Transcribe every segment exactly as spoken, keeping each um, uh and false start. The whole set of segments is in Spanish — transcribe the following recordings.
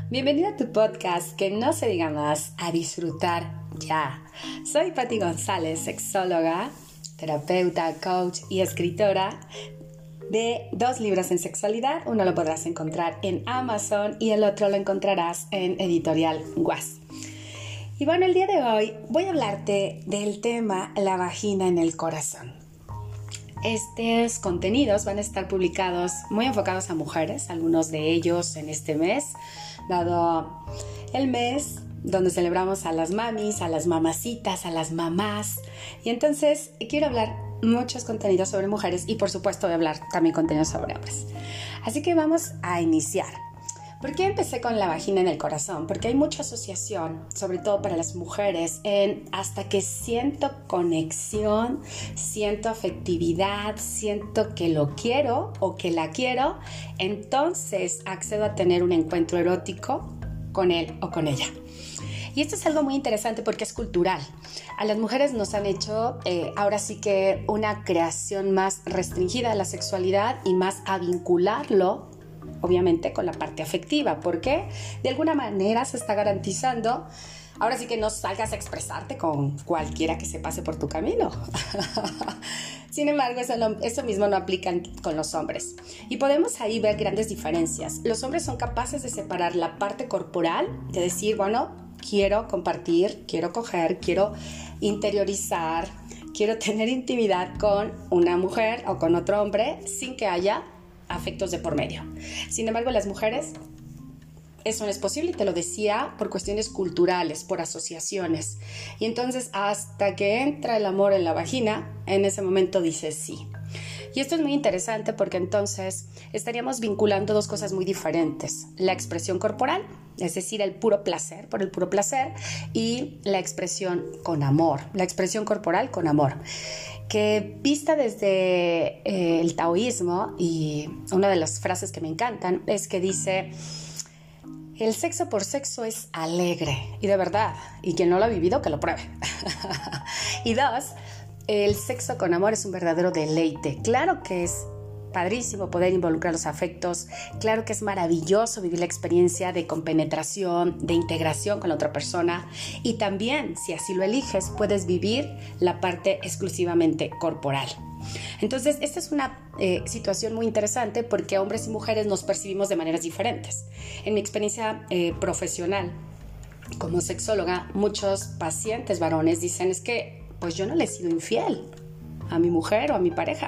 Bienvenido a tu podcast Que no se diga más, a disfrutar ya. Soy Patti González, sexóloga, terapeuta, coach y escritora de dos libros en sexualidad. Uno lo podrás encontrar en Amazon y el otro lo encontrarás en Editorial Guas. Y bueno, el día de hoy voy a hablarte del tema la vagina en el corazón. Estos contenidos van a estar publicados muy enfocados a mujeres, algunos de ellos en este mes, dado el mes donde celebramos a las mamis, a las mamacitas, a las mamás. Y entonces quiero hablar muchos contenidos sobre mujeres y por supuesto voy a hablar también contenidos sobre hombres. Así que vamos a iniciar. ¿Por qué empecé con la vagina en el corazón? Porque hay mucha asociación, sobre todo para las mujeres, en hasta que siento conexión, siento afectividad, siento que lo quiero o que la quiero, entonces accedo a tener un encuentro erótico con él o con ella. Y esto es algo muy interesante porque es cultural. A las mujeres nos han hecho eh, ahora sí que una creación más restringida de la sexualidad y más a vincularlo obviamente con la parte afectiva, porque de alguna manera se está garantizando, ahora sí que no salgas a expresarte con cualquiera que se pase por tu camino. Sin embargo, eso, no, eso mismo no aplica con los hombres. Y podemos ahí ver grandes diferencias. Los hombres son capaces de separar la parte corporal, de decir, bueno, quiero compartir, quiero coger, quiero interiorizar, quiero tener intimidad con una mujer o con otro hombre sin que haya afectos de por medio. Sin embargo, las mujeres, eso no es posible, y te lo decía, por cuestiones culturales, por asociaciones. Y entonces, hasta que entra el amor en la vagina, en ese momento dices sí. Y esto es muy interesante porque entonces estaríamos vinculando dos cosas muy diferentes. La expresión corporal, es decir, el puro placer, por el puro placer, y la expresión con amor, la expresión corporal con amor, que vista desde eh, el taoísmo, y una de las frases que me encantan es que dice: el sexo por sexo es alegre, y de verdad, y quien no lo ha vivido que lo pruebe. Y dos, el sexo con amor es un verdadero deleite. Claro que es padrísimo poder involucrar los afectos, claro que es maravilloso vivir la experiencia de compenetración, de integración con la otra persona, y también, si así lo eliges, puedes vivir la parte exclusivamente corporal. Entonces, esta es una eh, situación muy interesante porque hombres y mujeres nos percibimos de maneras diferentes. En mi experiencia eh, profesional como sexóloga, muchos pacientes varones dicen, es que pues yo no le he sido infiel a mi mujer o a mi pareja.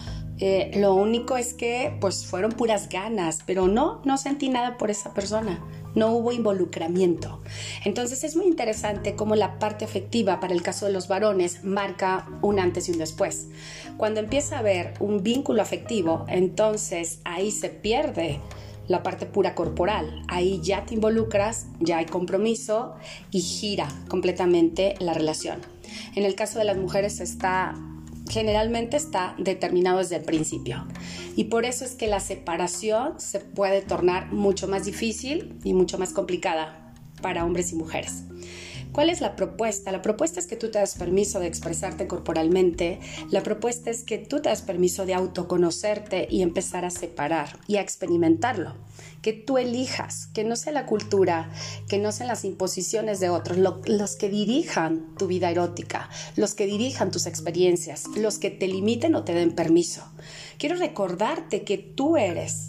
Eh, lo único es que pues fueron puras ganas, pero no, no sentí nada por esa persona, no hubo involucramiento. Entonces es muy interesante cómo la parte afectiva para el caso de los varones marca un antes y un después. Cuando empieza a haber un vínculo afectivo, entonces ahí se pierde la parte pura corporal, ahí ya te involucras, ya hay compromiso y gira completamente la relación. En el caso de las mujeres está generalmente está determinado desde el principio, y por eso es que la separación se puede tornar mucho más difícil y mucho más complicada para hombres y mujeres. ¿Cuál es la propuesta? La propuesta es que tú te das permiso de expresarte corporalmente, la propuesta es que tú te das permiso de autoconocerte y empezar a separar y a experimentarlo, que tú elijas, que no sea la cultura, que no sean las imposiciones de otros, lo, los que dirijan tu vida erótica, los que dirijan tus experiencias, los que te limiten o te den permiso. Quiero recordarte que tú eres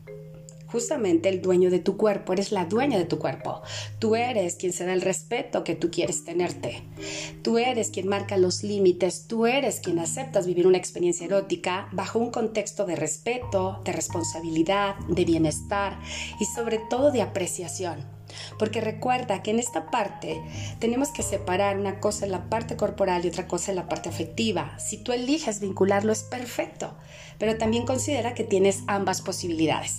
justamente el dueño de tu cuerpo, eres la dueña de tu cuerpo. Tú eres quien se da el respeto que tú quieres tenerte. Tú eres quien marca los límites, tú eres quien aceptas vivir una experiencia erótica bajo un contexto de respeto, de responsabilidad, de bienestar y sobre todo de apreciación. Porque recuerda que en esta parte tenemos que separar una cosa en la parte corporal y otra cosa en la parte afectiva. Si tú eliges vincularlo es perfecto, pero también considera que tienes ambas posibilidades.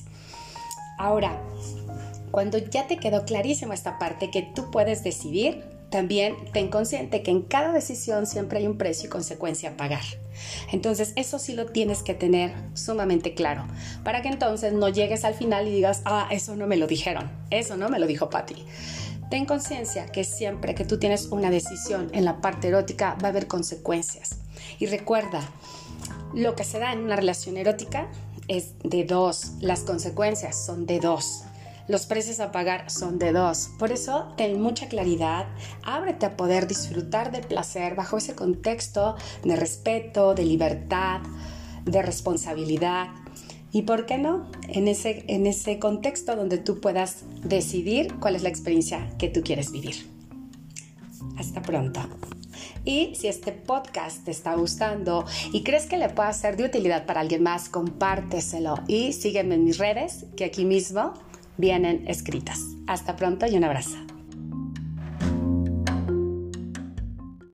Ahora, cuando ya te quedó clarísima esta parte que tú puedes decidir, también ten consciente que en cada decisión siempre hay un precio y consecuencia a pagar. Entonces, eso sí lo tienes que tener sumamente claro, para que entonces no llegues al final y digas, ah, eso no me lo dijeron, eso no me lo dijo Patti. Ten conciencia que siempre que tú tienes una decisión en la parte erótica va a haber consecuencias. Y recuerda, lo que se da en una relación erótica es de dos, las consecuencias son de dos. los precios a pagar son de dos. Por eso, ten mucha claridad, ábrete a poder disfrutar del placer bajo ese contexto de respeto, de libertad, de responsabilidad. Y por qué no, en ese, en ese contexto donde tú puedas decidir cuál es la experiencia que tú quieres vivir. Hasta pronto. Y si este podcast te está gustando y crees que le pueda ser de utilidad para alguien más, compárteselo y sígueme en mis redes que aquí mismo vienen escritas. Hasta pronto y un abrazo.